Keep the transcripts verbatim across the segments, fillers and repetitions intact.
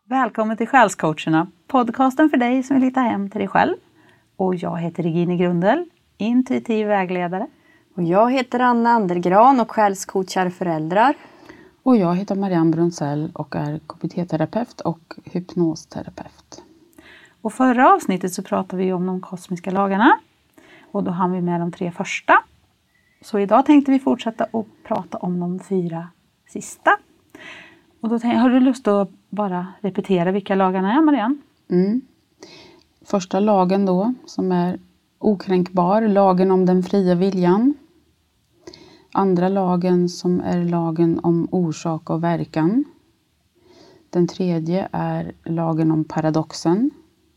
Välkommen till Själscoacherna, podcasten för dig som vill hitta hem till dig själv. Och jag heter Regine Grundel, intuitiv vägledare. Och jag heter Anna Andergran och själscoachar föräldrar. Och jag heter Marianne Brunsell och är K B T-terapeut och hypnosterapeut. Och förra avsnittet så pratade vi om de kosmiska lagarna. Och då hann vi med de tre första. Så idag tänkte vi fortsätta att prata om de fyra sista. Och då tänkte, har du lust att bara repetera vilka lagarna är, Marianne? Mm. Första lagen då, som är okränkbar, lagen om den fria viljan. Andra lagen som är lagen om orsak och verkan. Den tredje är lagen om paradoxen.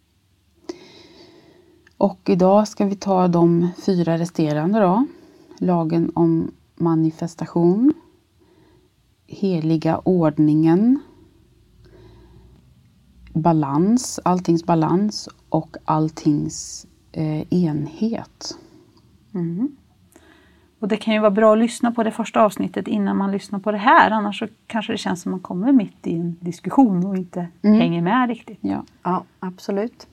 Och idag ska vi ta de fyra resterande då. Lagen om manifestation. Heliga ordningen. Balans, alltings balans och alltings eh, enhet. Mm. Och det kan ju vara bra att lyssna på det första avsnittet innan man lyssnar på det här. Annars så kanske det känns som man kommer mitt i en diskussion och inte mm. hänger med riktigt. Ja. ja, absolut.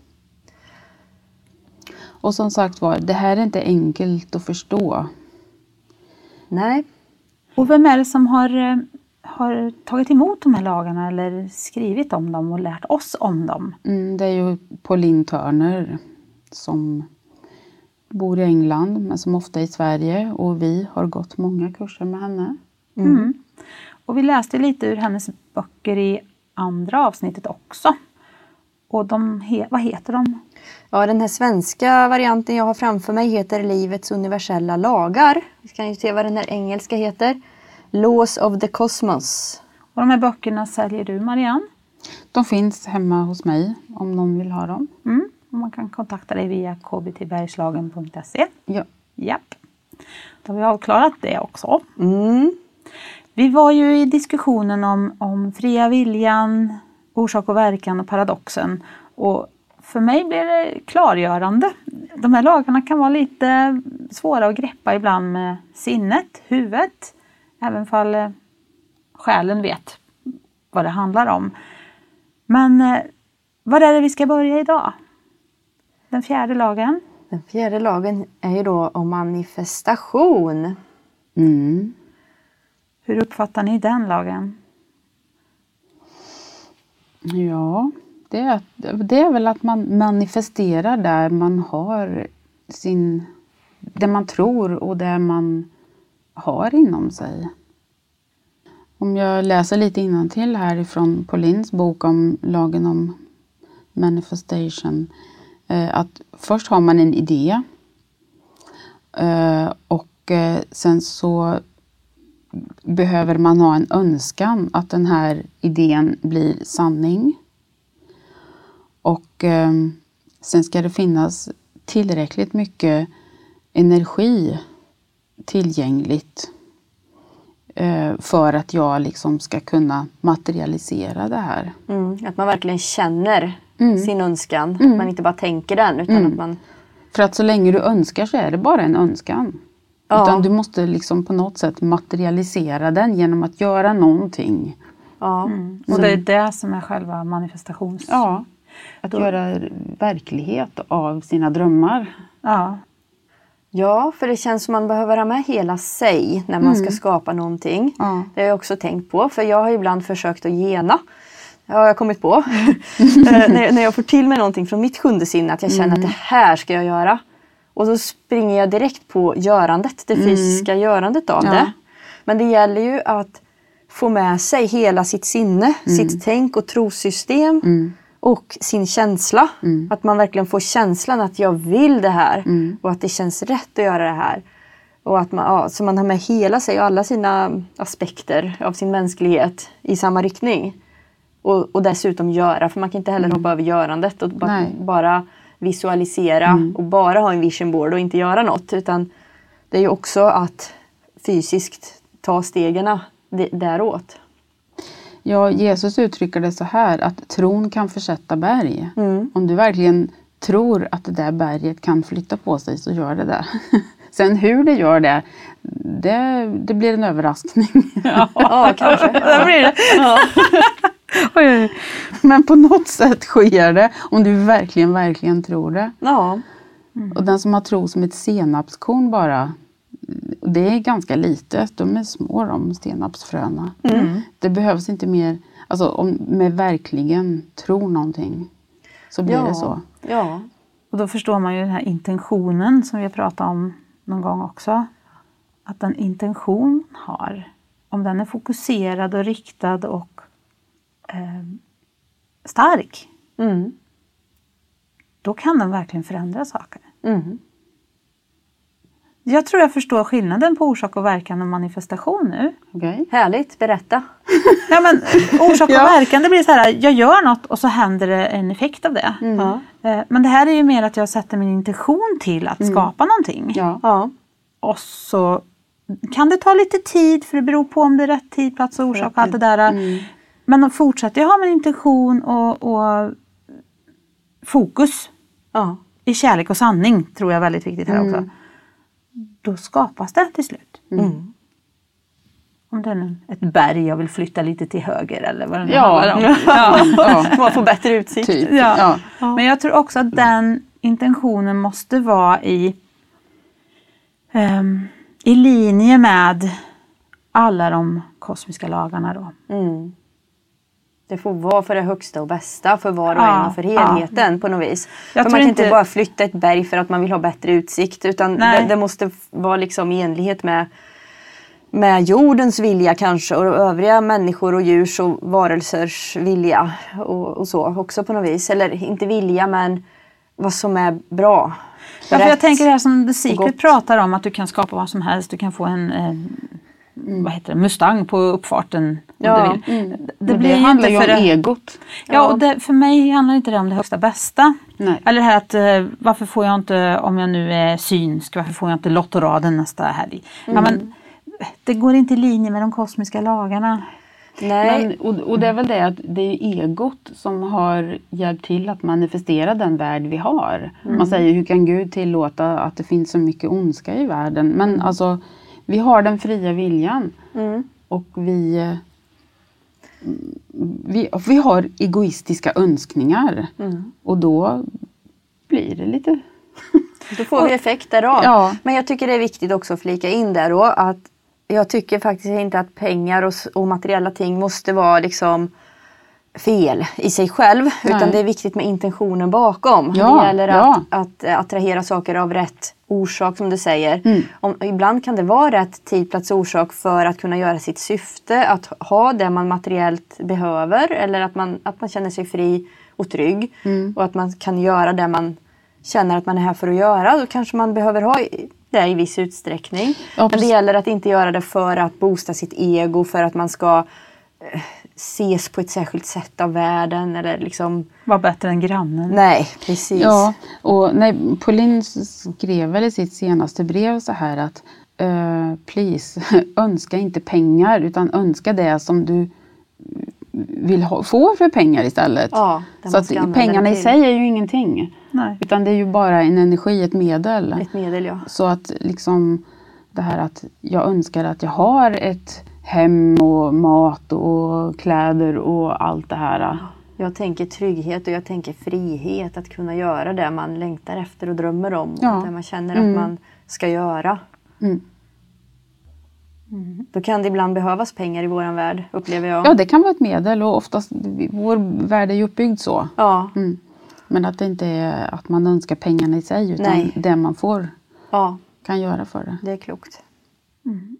Och som sagt var, det här är inte enkelt att förstå. Nej. Och vem är det som har, har tagit emot de här lagarna eller skrivit om dem och lärt oss om dem? Mm, det är ju Pauline Turner som bor i England men som ofta är i Sverige. Och vi har gått många kurser med henne. Mm. Mm. Och vi läste lite ur hennes böcker i andra avsnittet också. Och de, vad heter de? Ja, den här svenska varianten jag har framför mig heter Livets universella lagar. Vi kan ju se vad den här engelska heter. Laws of the Cosmos. Och de här böckerna säljer du, Marianne? De finns hemma hos mig om någon vill ha dem. Mm. Och man kan kontakta dig via k b t bergslagen punkt se. Ja. Japp. Då har vi avklarat det också. Mm. Vi var ju i diskussionen om, om fria viljan, orsak och verkan och paradoxen. Och för mig blir det klargörande. De här lagarna kan vara lite svåra att greppa ibland med sinnet, huvudet. Även fall själen vet vad det handlar om. Men vad är det vi ska börja idag? Den fjärde lagen. Den fjärde lagen är ju då om manifestation. Mm. Hur uppfattar ni den lagen? Ja, det är, det är väl att man manifesterar där man har sin, det man tror och det man har inom sig. Om jag läser lite innantill här ifrån Paulines bok om lagen om manifestation. Att först har man en idé och sen så behöver man ha en önskan att den här idén blir sanning. Och sen ska det finnas tillräckligt mycket energi tillgängligt för att jag liksom ska kunna materialisera det här. Mm, att man verkligen känner mm. sin önskan. Mm. Att man inte bara tänker den utan mm. att man... För att så länge du önskar så är det bara en önskan. Ja. Utan du måste liksom på något sätt materialisera den genom att göra någonting. Ja. Mm. Och det är det som är själva manifestations... Ja, att Då... göra verklighet av sina drömmar. Ja. Ja, för det känns som man behöver ha med hela sig när man mm. ska skapa någonting. Ja. Det har jag också tänkt på, för jag har ibland försökt att gena. Det har jag kommit på. när, när jag får till mig någonting från mitt sjunde sinne, att jag känner mm. att det här ska jag göra. Och så springer jag direkt på görandet, det fysiska mm. görandet av ja. det. Men det gäller ju att få med sig hela sitt sinne, mm. sitt tänk och trosystem. Mm. Och sin känsla. Mm. Att man verkligen får känslan att jag vill det här. Mm. Och att det känns rätt att göra det här. Och att man, ja, så man har med hela sig och alla sina aspekter av sin mänsklighet i samma riktning. Och, och dessutom göra. För man kan inte heller mm. hoppa över görandet. Och bara, bara visualisera. Mm. Och bara ha en vision board och inte göra något. Utan det är ju också att fysiskt ta stegen däråt. Ja, Jesus uttrycker det så här att tron kan försätta berg. Mm. Om du verkligen tror att det där berget kan flytta på sig så gör det det. Sen hur det gör det, det, det blir en överraskning. Ja, ja kanske. Det blir det. Ja. men på något sätt sker det om du verkligen, verkligen tror det. Ja. Mm. Och den som har tro som ett senapskorn bara, det är ganska litet. De är små, de senapsfröna. Mm. Det behövs inte mer, alltså om man verkligen tror någonting så blir ja. det så. Ja. Och då förstår man ju den här intentionen som vi har pratat om någon gång också. Att den intention har, om den är fokuserad och riktad och eh, stark. Mm. Då kan den verkligen förändra saker. Mm. Jag tror jag förstår skillnaden på orsak och verkan och manifestation nu. Okay. Härligt, berätta. Ja, men orsak och ja. verkan, det blir så här, jag gör något och så händer det en effekt av det. Mm. Men det här är ju mer att jag sätter min intention till att mm. skapa någonting. Ja. Ja. Och så kan det ta lite tid, för det beror på om det är rätt tid, plats och orsak och allt det där. Mm. Men då fortsätter jag ha min intention och, och fokus ja. i kärlek och sanning, tror jag är väldigt viktigt här mm. också. Då skapas det till slut. Mm. Om det är nu ett berg jag vill flytta lite till höger eller vad det nu ja. handlar om. Ja. Ja. Man får bättre utsikt. Typ. Ja. Ja. Ja. Men jag tror också att den intentionen måste vara i um, i linje med alla de kosmiska lagarna då. Mm. Det får vara för det högsta och bästa för var och ja, en och för helheten ja. på något vis. Jag för man kan inte bara flytta ett berg för att man vill ha bättre utsikt, utan det, det måste vara liksom i enlighet med, med jordens vilja kanske, och övriga människor och djurs och varelsers vilja och, och så också på något vis. Eller inte vilja, men vad som är bra. Ja, för jag tänker det här som The Secret pratar om, att du kan skapa vad som helst. Du kan få en, en mm. vad heter det, Mustang på uppfarten. Ja. Om du vill. Mm. Det, det blir handlar ju om det, egot. Ja, ja. Och det, för mig handlar inte det om det högsta bästa. Nej. Eller det här att varför får jag inte, om jag nu är synsk, varför får jag inte lottoraden nästa helg? Mm. Ja, men det går inte i linje med de kosmiska lagarna. Nej. Men, och, och det är väl det att det är egot som har hjälpt till att manifestera den värld vi har. Mm. Man säger, hur kan Gud tillåta att det finns så mycket ondska i världen? Men mm. alltså, vi har den fria viljan. Mm. Och vi, vi, vi har egoistiska önskningar. Mm. Och då blir det lite... Då får vi effekt därav. Ja. Men jag tycker det är viktigt också att flika in där då, att jag tycker faktiskt inte att pengar och, och materiella ting måste vara liksom fel i sig själv. Nej. Utan det är viktigt med intentionen bakom. Ja, det gäller ja. att, att attrahera saker av rätt orsak, som du säger. Mm. Om, ibland kan det vara rätt tid, plats och orsak för att kunna göra sitt syfte. Att ha det man materiellt behöver. Eller att man, att man känner sig fri och trygg. Mm. Och att man kan göra det man känner att man är här för att göra. Då kanske man behöver ha det i viss utsträckning. Ja, men det gäller att inte göra det för att boosta sitt ego. För att man ska eh, ses på ett särskilt sätt av världen. Eller liksom... Var bättre än grannen. Nej, precis. Ja, och nej, Pauline skrev väl i sitt senaste brev så här att uh, please, önska inte pengar, utan önska det som du vill ha, få för pengar istället. Ja, så att pengarna i sig är ju ingenting. Nej. Utan det är ju bara en energi, ett medel. Ett medel, ja. Så att liksom det här att jag önskar att jag har ett hem och mat och kläder och allt det här. Jag tänker trygghet och jag tänker frihet. Att kunna göra det man längtar efter och drömmer om. Ja. Och det man känner mm. att man ska göra. Mm. Mm. Då kan det ibland behövas pengar i våran värld, upplever jag. Ja, det kan vara ett medel och oftast, vår värld är ju uppbyggd så. Ja. Mm. Men att det inte är att man önskar pengarna i sig, utan Nej. det man får ja. kan göra för det. Det är klokt. Mm.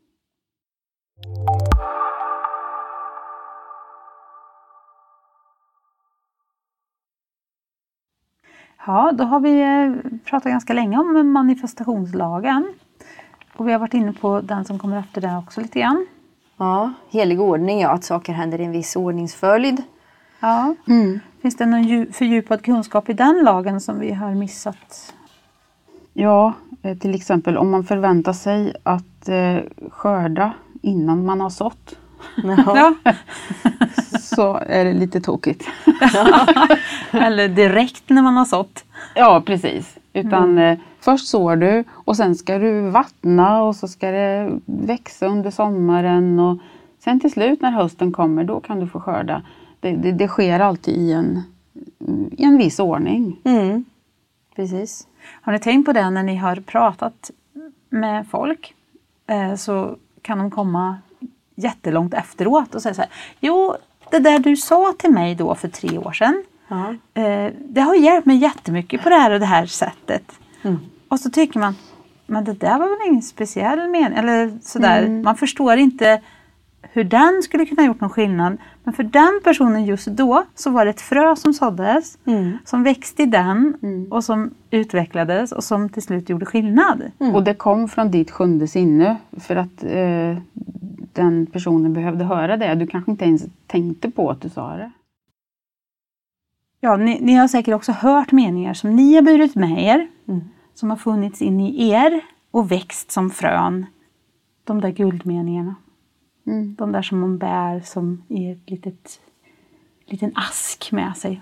Ja, då har vi pratat ganska länge om manifestationslagen. Och vi har varit inne på den som kommer efter det också lite grann. Ja, helig ordning, ja, att saker händer i en viss ordningsföljd. Ja, mm. Finns det någon fördjupad kunskap i den lagen som vi har missat? Ja, till exempel om man förväntar sig att eh, skörda innan man har sått. Ja. Så är det lite tokigt. Eller direkt när man har sått. Ja, precis. Utan mm. eh, först sår du och sen ska du vattna och så ska det växa under sommaren och Sen till slut när hösten kommer, då kan du få skörda. Det, det, det sker alltid i en, i en viss ordning. Mm. Precis. Har ni tänkt på det när ni har pratat med folk? Eh, så kan de komma jättelångt efteråt och säga så här. Jo, det där du sa till mig då för tre år sedan. Ja. Eh, det har hjälpt mig jättemycket på det här och det här sättet. Mm. Och så tycker man, men det där var väl ingen speciell mening. Eller sådär. Mm. Man förstår inte hur den skulle kunna ha gjort någon skillnad. Men för den personen just då så var det ett frö som såddes. Mm. Som växte i den Mm. och som utvecklades och som till slut gjorde skillnad. Mm. Och det kom från ditt sjunde sinne för att eh, den personen behövde höra det. Du kanske inte ens tänkte på att du sa det. Ja, ni, ni har säkert också hört meningar som ni har burit med er. Mm. Som har funnits in i er och växt som frön. De där guldmeningarna. Mm. De där som man bär som i ett litet, liten ask med sig.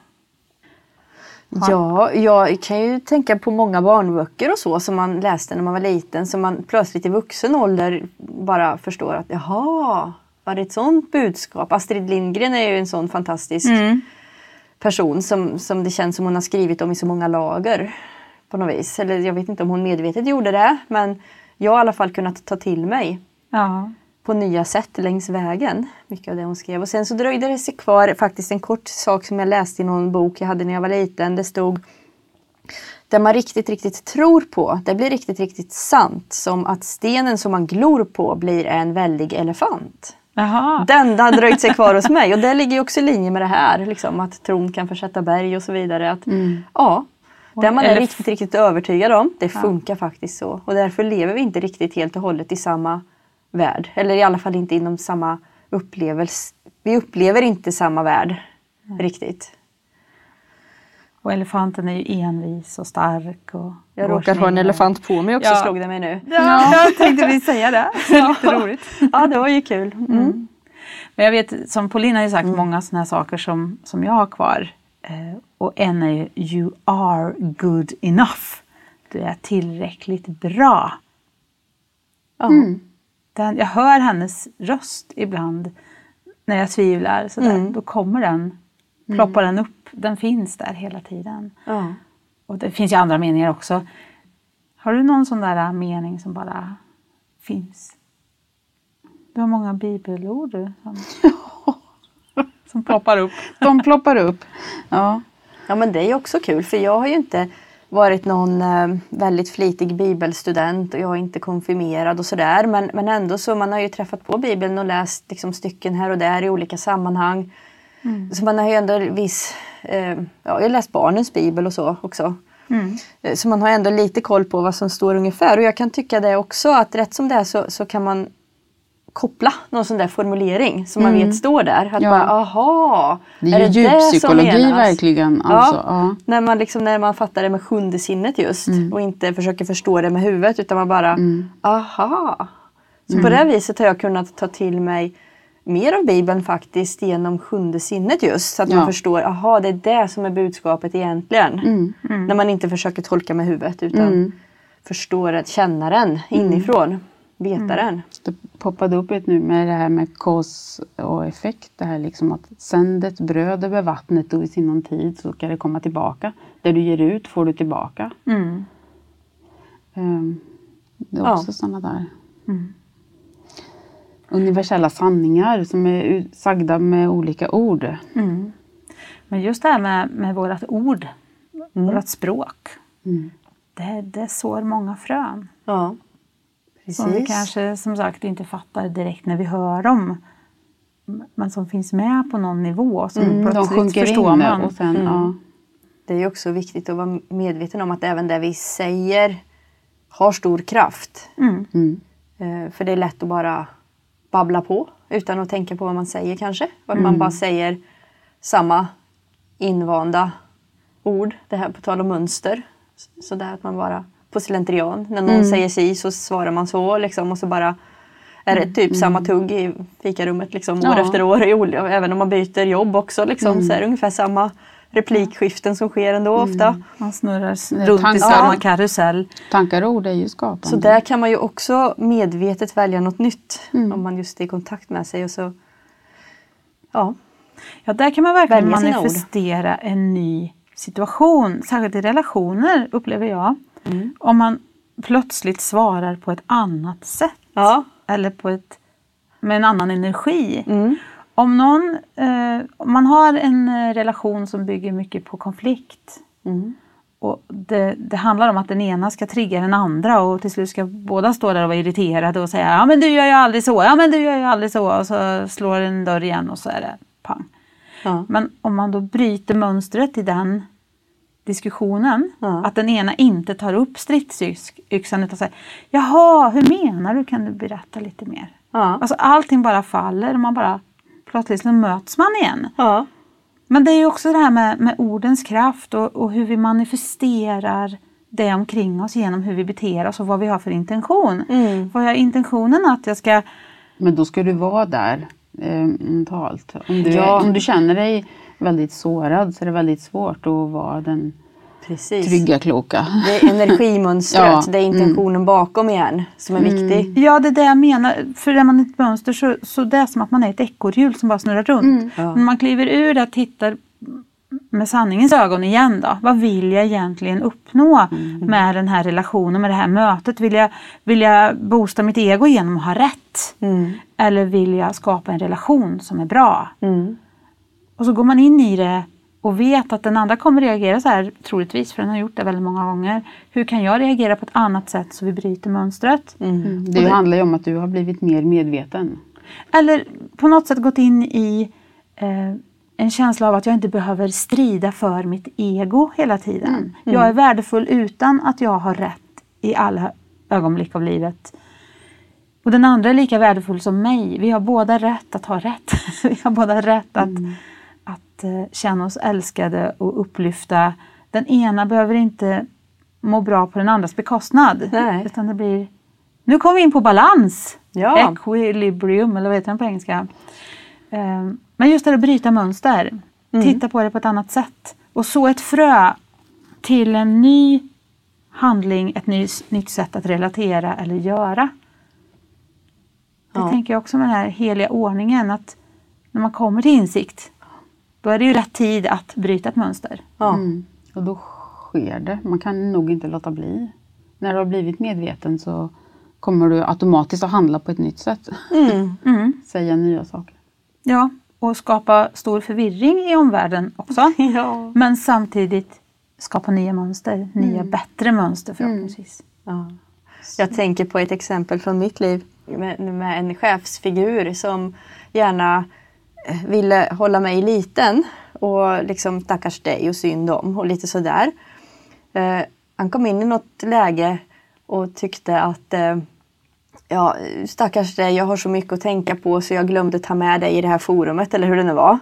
Ja, jag kan ju tänka på många barnböcker och så som man läste när man var liten. Som man plötsligt i vuxen ålder bara förstår att jaha, var det ett sånt budskap? Astrid Lindgren är ju en sån fantastisk Mm. person som, som det känns som hon har skrivit om i så många lager på något vis. Eller jag vet inte om hon medvetet gjorde det, men jag har i alla fall kunnat ta till mig Ja. på nya sätt längs vägen. Mycket av det hon skrev. Och sen så dröjde det sig kvar faktiskt en kort sak som jag läste i någon bok jag hade när jag var liten. Det stod, det man riktigt, riktigt tror på, det blir riktigt, riktigt sant. Som att stenen som man glor på blir en väldig elefant. Jaha. Den har dröjt sig kvar hos mig. Och det ligger ju också i linje med det här. Liksom, att tron kan försätta berg och så vidare. Att, Mm. ja, det man är Elef- riktigt, riktigt övertygad om, det funkar faktiskt så. Och därför lever vi inte riktigt helt och hållet i samma värld. Eller i alla fall inte inom samma upplevelse. Vi upplever inte samma värld riktigt. Och elefanten är ju envis och stark. Och Jag går råkar sin ha en egen elefant på mig också, Ja. slog det mig nu. Ja, jag tänkte vi säga det. Lite roligt. Ja, det var ju kul. Mm. Men jag vet, som Paulina har ju sagt, många sådana här saker som, som jag har kvar. Eh, och en är ju, you are good enough. Du är tillräckligt bra. Ja. Mm. Den, jag hör hennes röst ibland när jag tvivlar. Sådär. Mm. Då kommer den, ploppar den upp. Den finns där hela tiden. Ja. Och det finns ju andra meningar också. Har du någon sån där mening som bara finns? Du har många bibelord du, som, som ploppar upp. De ploppar upp. Ja. Ja, men det är ju också kul, för jag har ju inte varit någon eh, väldigt flitig bibelstudent och jag är inte konfirmerad och sådär. Men, men ändå så man har ju träffat på Bibeln och läst liksom, stycken här och där i olika sammanhang. Mm. Så man har ju ändå viss, eh, ja, jag har läst barnens bibel och så också. Mm. Eh, Så man har ändå lite koll på vad som står ungefär. Och jag kan tycka det också, att rätt som det är så, så kan man koppla någon sån där formulering som man vet står där. Att Ja. bara, aha, Det är, är ju det det som djuppsykologi menas? verkligen. Alltså, ja. När man, liksom, när man fattar det med sjunde sinnet just. Mm. Och inte försöker förstå det med huvudet. Utan man bara, Mm. aha. Så på det viset har jag kunnat ta till mig mer av Bibeln faktiskt genom sjunde sinnet just. Så att Ja. man förstår, aha, det är det som är budskapet egentligen. Mm. När man inte försöker tolka med huvudet utan Mm. förstår att känna den inifrån. Veta den. Det poppade upp ett nu med det här med cause och effekt. Det här liksom att sänd ett bröd över vattnet och i sinom tid så ska det komma tillbaka. Det du ger ut får du tillbaka. Mm. Um, det är Ja. också sådana där Mm. universella sanningar som är ut- sagda med olika ord. Mm. Men just det här med, med vårat ord, vårat språk. Mm. Det, det sår många frön. Ja. Som vi Precis. kanske som sagt inte fattar direkt när vi hör dem. Men som finns med på någon nivå. Som Mm, de plötsligt sjunker förstår in man. och sen, Mm. ja. Det är ju också viktigt att vara medveten om att även det vi säger har stor kraft. Mm. Mm. Eh, För det är lätt att bara babbla på utan att tänka på vad man säger kanske. Och att Mm. man bara säger samma invanda ord. Det här på tal om mönster. Så där att man bara på slentrian. När någon Mm. säger si så svarar man så liksom. Och så bara är det typ samma tugg i fikarummet liksom, år Ja. efter år. I olika, även om man byter jobb också liksom, så är det ungefär samma replikskiften som sker ändå ofta. Mm. Man snurrar s- Nej, runt i tankar. samma karusell. Tankar och ord är ju skapande. Så där kan man ju också medvetet välja något nytt. Mm. Om man just är i kontakt med sig. Och så, ja. Ja, där kan man verkligen Välja sina ord. manifestera en ny situation. Särskilt i relationer upplever jag. Mm. Om man plötsligt svarar på ett annat sätt. Ja. Eller på ett, med en annan energi. Mm. Om någon, eh, om man har en eh, relation som bygger mycket på konflikt. Mm. Och det, det handlar om att den ena ska trigga den andra. Och till slut ska båda stå där och vara irriterade. Och säga, ja men du gör ju aldrig så. Ja men du gör ju aldrig så. Och så slår en dörr igen och så är det pang. Ja. Men om man då bryter mönstret i den diskussionen. Ja. Att den ena inte tar upp stridsyxan utan säger, jaha, hur menar du? Kan du berätta lite mer? Ja. Alltså allting bara faller och man bara, plötsligt så möts man igen. Ja. Men det är ju också det här med, med ordens kraft och, och hur vi manifesterar det omkring oss genom hur vi beter oss och vad vi har för intention. Mm. Vad jag har intentionen att jag ska... Men då ska du vara där eh, mentalt. Om du, Ja. om du känner dig väldigt sårad så är det väldigt svårt att vara den Precis. trygga, kloka. Det är energimönstret, Ja. det är intentionen bakom igen som är viktig. Ja, det är det jag menar. För är man ett mönster så, så det är som att man är ett ekorrhjul som bara snurrar runt. Ja. När man kliver ur det och tittar med sanningens ögon igen då. Vad vill jag egentligen uppnå med den här relationen, med det här mötet? Vill jag, vill jag boosta mitt ego genom att ha rätt? Mm. Eller vill jag skapa en relation som är bra? Mm. Och så går man in i det och vet att den andra kommer reagera så här troligtvis, för den har gjort det väldigt många gånger. Hur kan jag reagera på ett annat sätt så vi bryter mönstret? Mm. Det handlar ju om att du har blivit mer medveten. Eller på något sätt gått in i eh, en känsla av att jag inte behöver strida för mitt ego hela tiden. Mm. Jag är värdefull utan att jag har rätt i alla ögonblick av livet. Och den andra är lika värdefull som mig. Vi har båda rätt att ha rätt. Vi har båda rätt att, Mm. att eh, känna oss älskade och upplyfta. Den ena behöver inte må bra på den andras bekostnad. Nej. Utan det blir... Nu kommer vi in på balans. Ja. Equilibrium, eller vad heter den på engelska? Eh, Men just det att bryta mönster. Mm. Titta på det på ett annat sätt. Och så ett frö till en ny handling, ett ny, nytt sätt att relatera eller göra. Det Ja. tänker jag också med den här heliga ordningen. Att när man kommer till insikt, då är det ju rätt tid att bryta ett mönster. Ja. Mm. Och då sker det. Man kan nog inte låta bli. När du har blivit medveten så kommer du automatiskt att handla på ett nytt sätt. Mm. Mm. Säga nya saker. Ja, och skapa stor förvirring i omvärlden också. Ja. Men samtidigt skapa nya mönster. Nya bättre mönster förhoppningsvis. Ja. Jag tänker på ett exempel från mitt liv med, med en chefsfigur som gärna eh, ville hålla mig liten och liksom stackars dig och synd om och lite sådär. Eh, han kom in i något läge och tyckte att eh, ja, stackars dig, jag har så mycket att tänka på så jag glömde ta med dig i det här forumet eller hur det nu var.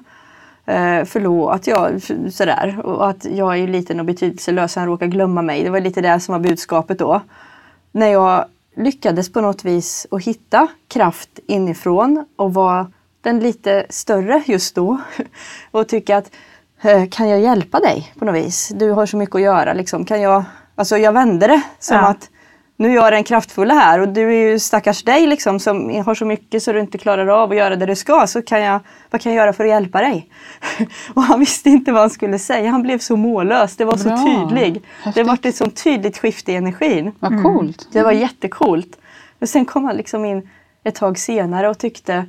Eh, förlåt, jag, sådär. Och att jag är ju liten och betydelselös så han råkar glömma mig. Det var lite det som var budskapet då. När jag lyckades på något vis att hitta kraft inifrån och var den lite större just då. Och tycka att eh, kan jag hjälpa dig på något vis? Du har så mycket att göra liksom. Kan jag, alltså jag vände det som Ja. att nu är jag den kraftfulla här och du är ju stackars dig liksom som har så mycket så du inte klarar av att göra det du ska. Så kan jag, vad kan jag göra för att hjälpa dig? Och han visste inte vad han skulle säga. Han blev så mållös. Det var Bra. så tydlig. Häftigt. Det var ett så tydligt skifte i energin. Vad coolt. Det var jättecoolt. Och sen kom han liksom in ett tag senare och tyckte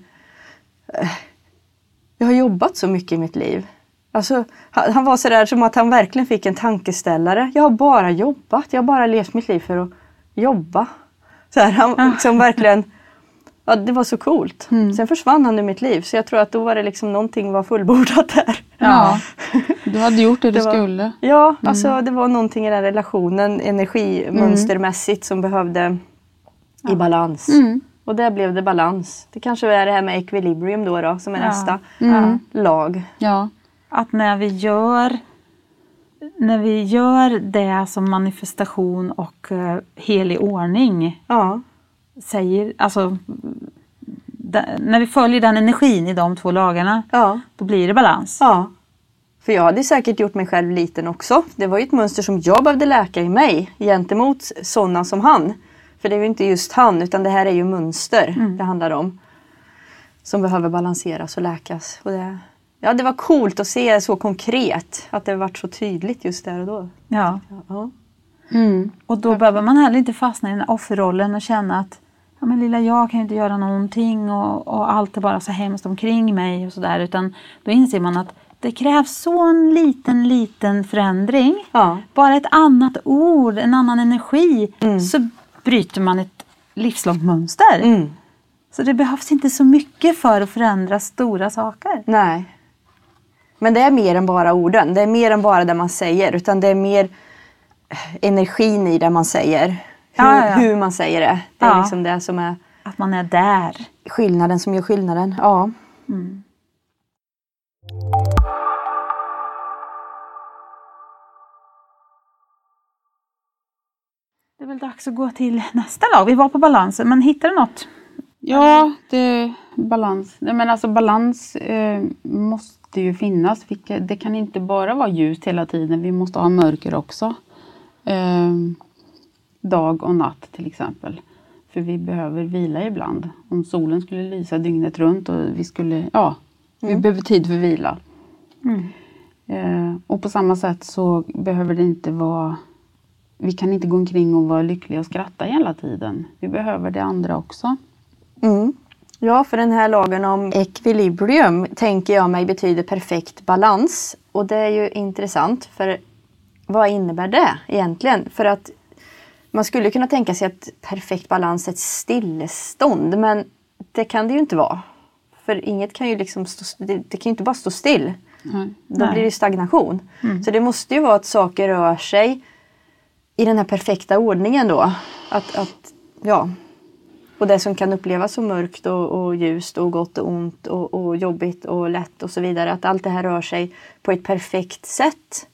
eh, jag har jobbat så mycket i mitt liv. Alltså, han, han var sådär som att han verkligen fick en tankeställare. Jag har bara jobbat. Jag har bara levt mitt liv för att jobba. Så här, han liksom verkligen... Ja, det var så coolt. Mm. Sen försvann han ur mitt liv. Så jag tror att då var det liksom någonting var fullbordat där. Ja. Du hade gjort det du Det var- skulle. Ja, alltså det var någonting i den relationen energimönstermässigt som behövde i balans. Mm. Och där blev det balans. Det kanske är det här med equilibrium då, då som är Ja. nästa Mm. lag. Ja. Att när vi gör när vi gör det som manifestation och uh, helig ordning Ja, säger, alltså da, när vi följer den energin i de två lagarna, ja, då blir det balans. ja. För jag hade säkert gjort mig själv liten också. Det var ju ett mönster som jag behövde läka i mig gentemot sådana som han. För det är ju inte just han, utan det här är ju mönster mm. det handlar om. Som behöver balanseras och läkas. Och det, ja, det var coolt att se så konkret. Att det varit så tydligt just där och då. Ja. ja. Mm. Och då behöver man heller inte fastna i den här offerrollen och känna att ja, men lilla jag kan ju inte göra någonting och, och allt är bara så hemskt omkring mig och sådär. Utan då inser man att det krävs så en liten, liten förändring. Ja. Bara ett annat ord, en annan energi. Mm. Så bryter man ett livslångt mönster. Mm. Så det behövs inte så mycket för att förändra stora saker. Nej. Men det är mer än bara orden. Det är mer än bara det man säger. Utan det är mer energin i det man säger. Hur, ja, ja, ja. hur man säger det. Det är ja. liksom det som är... Att man är där. Skillnaden som gör skillnaden. Ja. Mm. Det är väl dags att gå till nästa lag. Vi var på balansen, men hittar du något? Ja, det är balans. Men alltså balans eh, måste ju finnas. Det kan inte bara vara ljus hela tiden. Vi måste ha mörker också. Eh, dag och natt till exempel. För vi behöver vila ibland. Om solen skulle lysa dygnet runt och vi skulle, ja, vi mm. behöver tid för vila. Mm. Eh, och på samma sätt så behöver det inte vara, vi kan inte gå omkring och vara lyckliga och skratta hela tiden. Vi behöver det andra också. Mm. Ja, för den här lagen om ekvilibrium tänker jag mig betyder perfekt balans. Och det är ju intressant, för vad innebär det egentligen? För att man skulle kunna tänka sig att perfekt balans är ett stillestånd, men det kan det ju inte vara. För inget kan ju liksom stå, det, det kan ju inte bara stå still. Mm. Då Nej. blir det stagnation. Mm. Så det måste ju vara att saker rör sig i den här perfekta ordningen då. Att, att ja... Och det som kan upplevas som mörkt och, och ljust och gott och ont och, och jobbigt och lätt och så vidare. Att allt det här rör sig på ett perfekt sätt.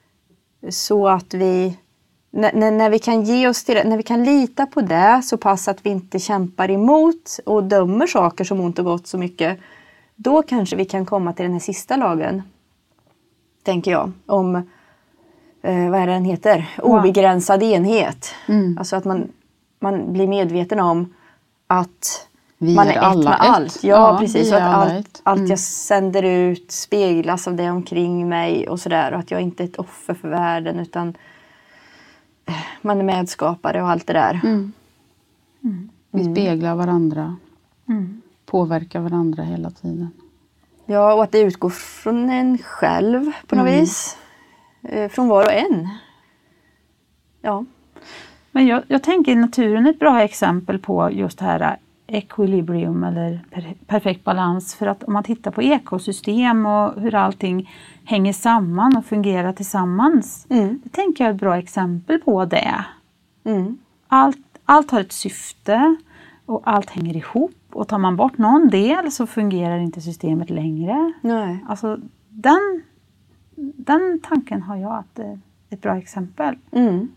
Så att vi, när, när vi kan ge oss till det, när vi kan lita på det så pass att vi inte kämpar emot och dömer saker som ont och gott så mycket. Då kanske vi kan komma till den här sista lagen. Tänker jag. Om, eh, vad är det den heter? Obegränsad enhet. Mm. Alltså att man, man blir medveten om att vi man är, är ett alla med ett. allt. Ja, Ja, precis. vi Så är att alla allt, ett. allt Mm. jag sänder ut speglas av det omkring mig och sådär. Och att jag inte är ett offer för världen utan man är medskapare och allt det där. Mm. Mm. Vi speglar varandra. Mm. Påverkar varandra hela tiden. Ja, och att det utgår från en själv på något Mm. vis. Eh, från var och en. Ja. Men jag, jag tänker naturen är ett bra exempel på just det här equilibrium eller per, perfekt balans. För att om man tittar på ekosystem och hur allting hänger samman och fungerar tillsammans. Mm. Det tänker jag är ett bra exempel på det. Mm. Allt, allt har ett syfte och allt hänger ihop. Och tar man bort någon del så fungerar inte systemet längre. Nej. Alltså den, den tanken har jag att det är ett bra exempel. Mm.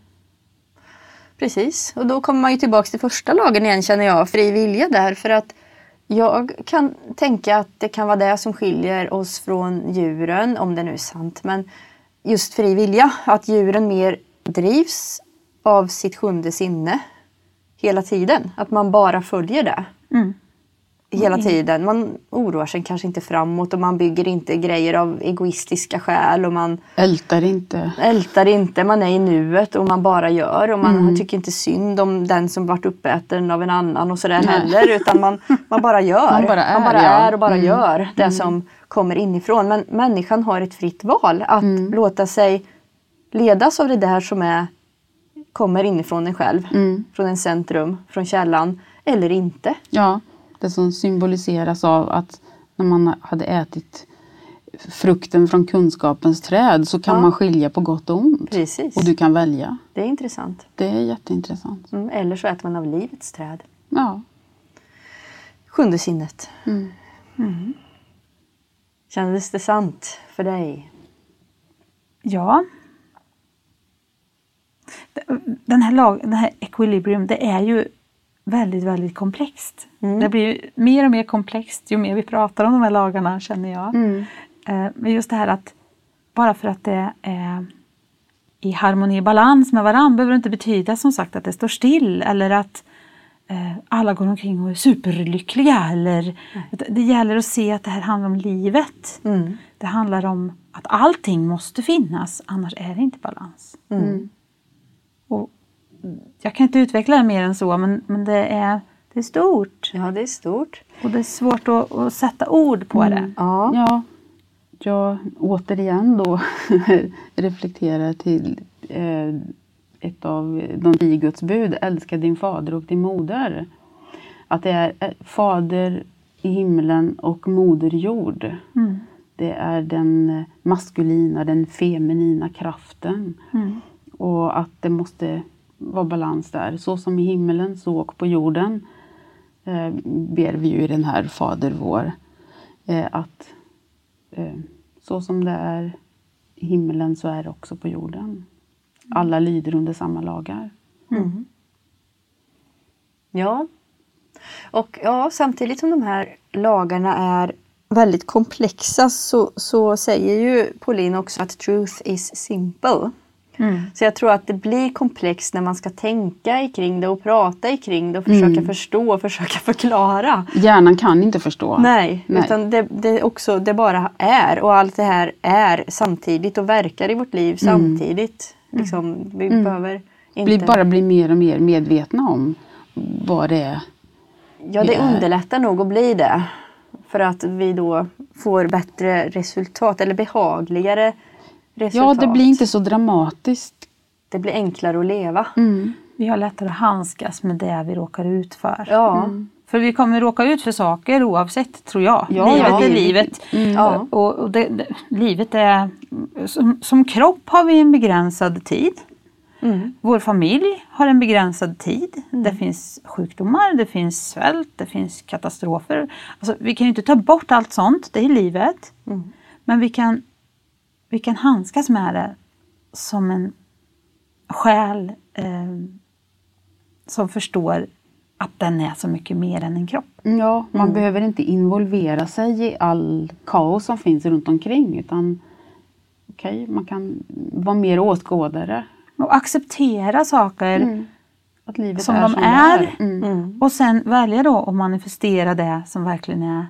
Precis, och då kommer man ju tillbaka till första lagen igen känner jag, fri vilja där. För att jag kan tänka att det kan vara det som skiljer oss från djuren, om det nu är sant. Men just fri vilja, att djuren mer drivs av sitt sjunde sinne hela tiden. Att man bara följer det. Mm. Hela tiden. Man oroar sig kanske inte framåt och man bygger inte grejer av egoistiska skäl och man Ältar inte. ältar inte. Man är i nuet och man bara gör och man Mm. tycker inte synd om den som varit uppäten av en annan och sådär heller, utan man, man bara gör. Man bara är, man bara ja. är och bara Mm. gör det Mm. som kommer inifrån. Men människan har ett fritt val att Mm. låta sig ledas av det där som är, kommer inifrån en själv. Mm. Från en centrum, från källan eller inte. Ja, det som symboliseras av att när man hade ätit frukten från kunskapens träd så kan Ja. man skilja på gott och ont. Precis. Och du kan välja. Det är intressant. Det är jätteintressant. Mm. Eller så äter man av livets träd. Ja. Sjunde sinnet. Mm. Mm. Kändes det sant för dig? Ja. Den här, lag, den här equilibrium, det är ju väldigt, väldigt komplext. Mm. Det blir ju mer och mer komplext ju mer vi pratar om de här lagarna, känner jag. Mm. Eh, Men just det här att bara för att det är i harmoni och balans med varandra behöver det inte betyda som sagt att det står still eller att eh, alla går omkring och är superlyckliga. Eller, mm. Det gäller att se att det här handlar om livet. Mm. Det handlar om att allting måste finnas, annars är det inte balans. Mm. Och jag kan inte utveckla det mer än så, men, men det, är, det är stort. Ja, det är stort. Och det är svårt att, att sätta ord på mm. det. Ja. ja. Jag återigen då reflekterar till eh, ett av de tio Guds bud. Älska din fader och din moder. Att det är fader i himlen och moder jord. Mm. Det är den maskulina, den feminina kraften. Mm. Och att det måste vara balans där. Så som i himlen, så och på jorden. Eh, ber vi ju i den här Fader vår. Eh, att eh, så som det är i himlen så är det också på jorden. Alla lyder under samma lagar. Mm. Ja. Och ja, samtidigt som de här lagarna är väldigt komplexa så, så säger ju Pauline också att truth is simple. Mm. Så jag tror att det blir komplext när man ska tänka kring det och prata kring det och försöka mm. förstå och försöka förklara. Hjärnan kan inte förstå. Nej, Nej. utan det, det, också, det bara är och allt det här är samtidigt och verkar i vårt liv samtidigt. Mm. Liksom, vi mm. behöver inte... Vi bara blir mer och mer medvetna om vad det är. Ja, det är. underlättar nog att bli det. För att vi då får bättre resultat eller behagligare resultat. Ja, det blir inte så dramatiskt. Det blir enklare att leva. Mm. Vi har lättare att handskas med det vi råkar ut för. Ja. Mm. För vi kommer råka ut för saker oavsett, tror jag. Ja, livet ja. är livet. Mm. Ja. Och, och det, det, livet är... Som, som kropp har vi en begränsad tid. Mm. Vår familj har en begränsad tid. Mm. Det finns sjukdomar, det finns svält, det finns katastrofer. Alltså, vi kan ju inte ta bort allt sånt, det är livet. Mm. Men vi kan, vi kan handskas med det som en själ eh, som förstår att den är så mycket mer än en kropp. Ja, man mm. behöver inte involvera sig i all kaos som finns runt omkring. Utan okej, okay, man kan vara mer åskådare. Och acceptera saker mm. att livet som är de som är. är. Mm. Mm. Och sen välja då att manifestera det som verkligen är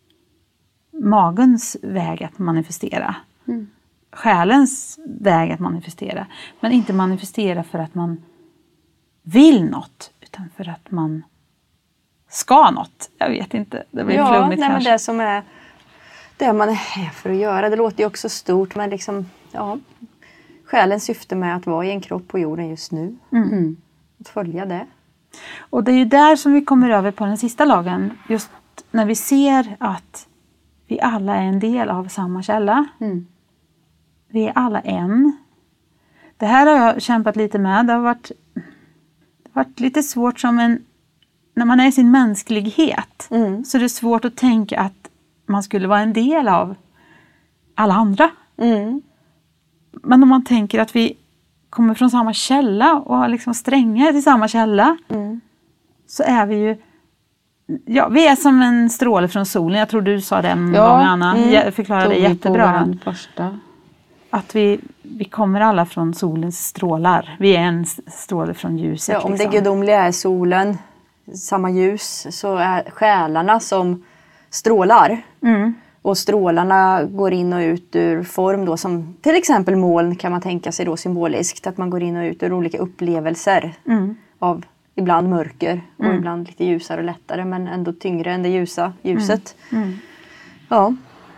magens väg att manifestera. Mm. Själens väg att manifestera. Men inte manifestera för att man vill något. Utan för att man ska något. Jag vet inte. Det blir ja, flummigt nej, kanske. Men det som är det man är här för att göra. Det låter ju också stort. Men liksom, ja... Själens syfte med att vara i en kropp på jorden just nu. Mm. Att följa det. Och det är ju där som vi kommer över på den sista lagen. Just när vi ser att vi alla är en del av samma källa. Mm. Vi är alla en. Det här har jag kämpat lite med. Det har varit, det har varit lite svårt som en... När man är i sin mänsklighet. Mm. Så är det svårt att tänka att man skulle vara en del av alla andra. Mm. Men om man tänker att vi kommer från samma källa och har liksom strängar till samma källa. Mm. Så är vi ju... Ja, vi är som en stråle från solen. Jag tror du sa det en ja, gång, Anna. Mm. Jag förklarade det jättebra. Första. Att vi, vi kommer alla från solens strålar. Vi är en stråle från ljuset. Ja, om liksom. det gudomliga är solen, samma ljus, så är själarna som strålar. Mm. Och strålarna går in och ut ur form då, som till exempel moln kan man tänka sig då symboliskt. Att man går in och ut ur olika upplevelser mm. av ibland mörker och mm. ibland lite ljusare och lättare men ändå tyngre än det ljusa ljuset. Mm. Mm. Ja.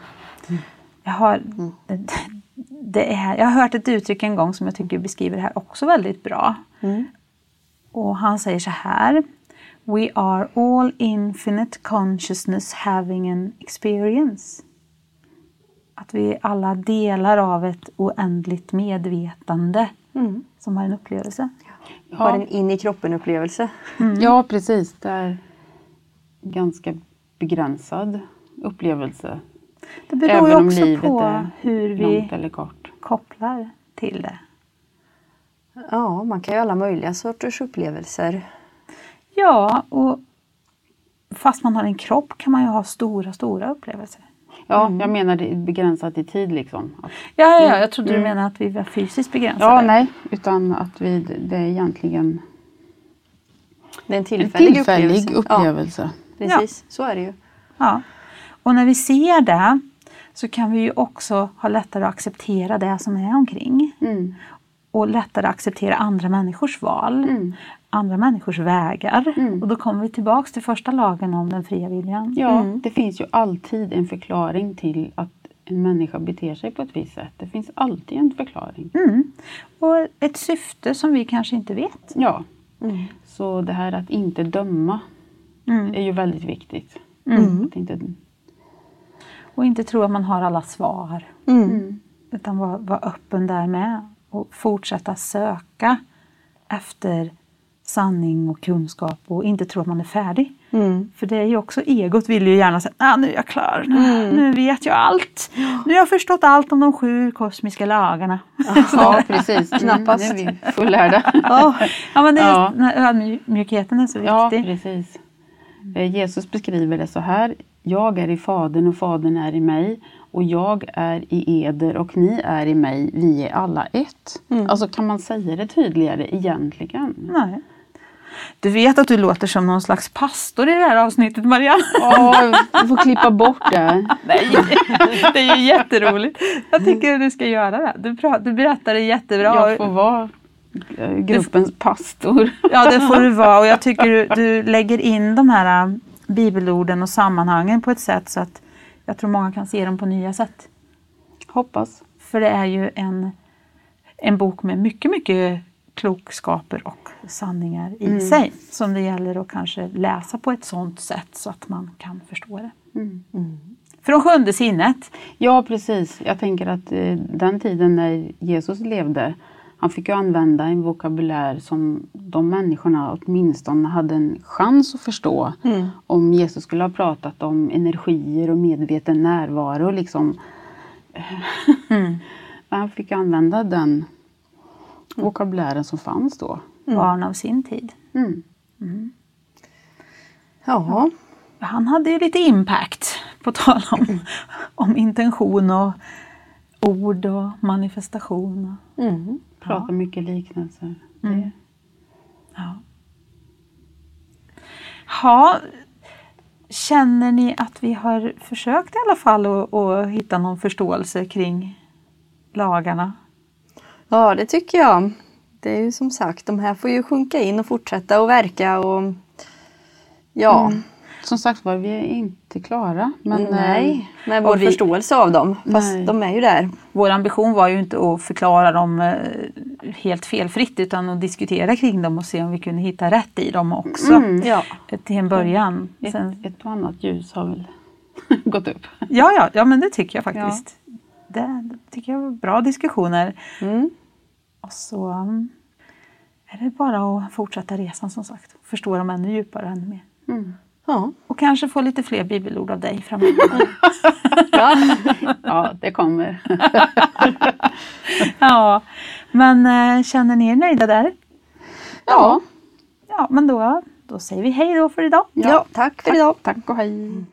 Jag har, mm. det, det är, jag har hört ett uttryck en gång som jag tycker beskriver det här också väldigt bra. Mm. Och han säger så här: We are all infinite consciousness having an experience. Att vi alla delar av ett oändligt medvetande mm. som har en upplevelse. Ja. Har en in i kroppen upplevelse. Mm. Ja, precis. Det är ganska begränsad upplevelse. Det beror ju också på hur vi kopplar till det. Ja, man kan ju alla möjliga sorters upplevelser. Ja, och fast man har en kropp kan man ju ha stora, stora upplevelser. Ja, mm. jag menar det är begränsat i tid liksom. Att, ja, ja, ja, jag trodde mm. du menade att vi var fysiskt begränsade. Ja, nej, utan att vi, det är egentligen det är en tillfällig, en tillfällig upplevelse. upplevelse. Ja, precis, ja. Så är det ju. Ja, och när vi ser det så kan vi ju också ha lättare att acceptera det som är omkring. Mm. Och lättare acceptera andra människors val. Mm. Andra människors vägar. Mm. Och då kommer vi tillbaka till första lagen om den fria viljan. Ja, mm. det finns ju alltid en förklaring till att en människa beter sig på ett visst sätt. Det finns alltid en förklaring. Mm. Och ett syfte som vi kanske inte vet. Ja, mm. så det här att inte döma mm. är ju väldigt viktigt. Mm. Att inte... Och inte tro att man har alla svar. Mm. Utan vara var öppen där med. Och fortsätta söka efter sanning och kunskap. Och inte tro att man är färdig. Mm. För det är ju också, egot vill ju gärna säga, ah, nu är jag klar. Nu, Mm. nu vet jag allt. Nu har jag förstått allt om de sju kosmiska lagarna. Ja, precis. Knappast. Mm, nu är vi fullärda. Ja, men det är Ja. just, den här ödmjukheten är så viktig. Ja, precis. Jesus beskriver det så här. Jag är i Fadern och Fadern är i mig. Och jag är i eder och ni är i mig. Vi är alla ett. Mm. Alltså kan man säga det tydligare egentligen? Nej. Du vet att du låter som någon slags pastor i det här avsnittet, Marianne. Ja, du får klippa bort det. Nej, det är ju jätteroligt. Jag tycker du ska göra det. Du, pra- du berättar det jättebra. Jag får vara gruppens pastor. Ja, det får du vara. Och jag tycker du, du lägger in de här bibelorden och sammanhangen på ett sätt så att jag tror många kan se dem på nya sätt. Hoppas. För det är ju en, en bok med mycket, mycket klokskaper och sanningar i Mm. sig. Som det gäller att kanske läsa på ett sånt sätt så att man kan förstå det. Mm. Mm. Från sjunde sinnet. Ja, precis. Jag tänker att eh, den tiden när Jesus levde, han fick ju använda en vokabulär som de människorna åtminstone hade en chans att förstå. Mm. Om Jesus skulle ha pratat om energier och medveten närvaro. Liksom. Mm. Han fick använda den vokabulären som fanns då. Mm. Barn av sin tid. Mm. Mm. Ja. Han hade ju lite impact på tal om, om intention och ord och manifestation. Mm. Pratar Ja. mycket liknelser. Mm. Det. Ja. Ja, känner ni att vi har försökt i alla fall att, att hitta någon förståelse kring lagarna? Ja, det tycker jag. Det är ju som sagt, de här får ju sjunka in och fortsätta och verka och ja. Mm. Som sagt var, vi är inte klara. Men, Nej, med vår vi- förståelse av dem. Fast Nej. de är ju där. Vår ambition var ju inte att förklara dem eh, helt felfritt utan att diskutera kring dem och se om vi kunde hitta rätt i dem också. Mm. Ja. Till en början. Ett, Sen, ett och annat ljus har väl gått upp. ja, ja, ja, men det tycker jag faktiskt. Det tycker jag var bra diskussioner. Mm. Och så um, är det bara att fortsätta resan som sagt. Förstå dem ännu djupare ännu mer. Mm. Ja. Och kanske få lite fler bibelord av dig framöver. Ja. Ja, det kommer. Ja, men eh, känner ni er nöjda där? Ja. Ja, men då, då säger vi hej då för idag. Ja, tack för idag. Tack och hej.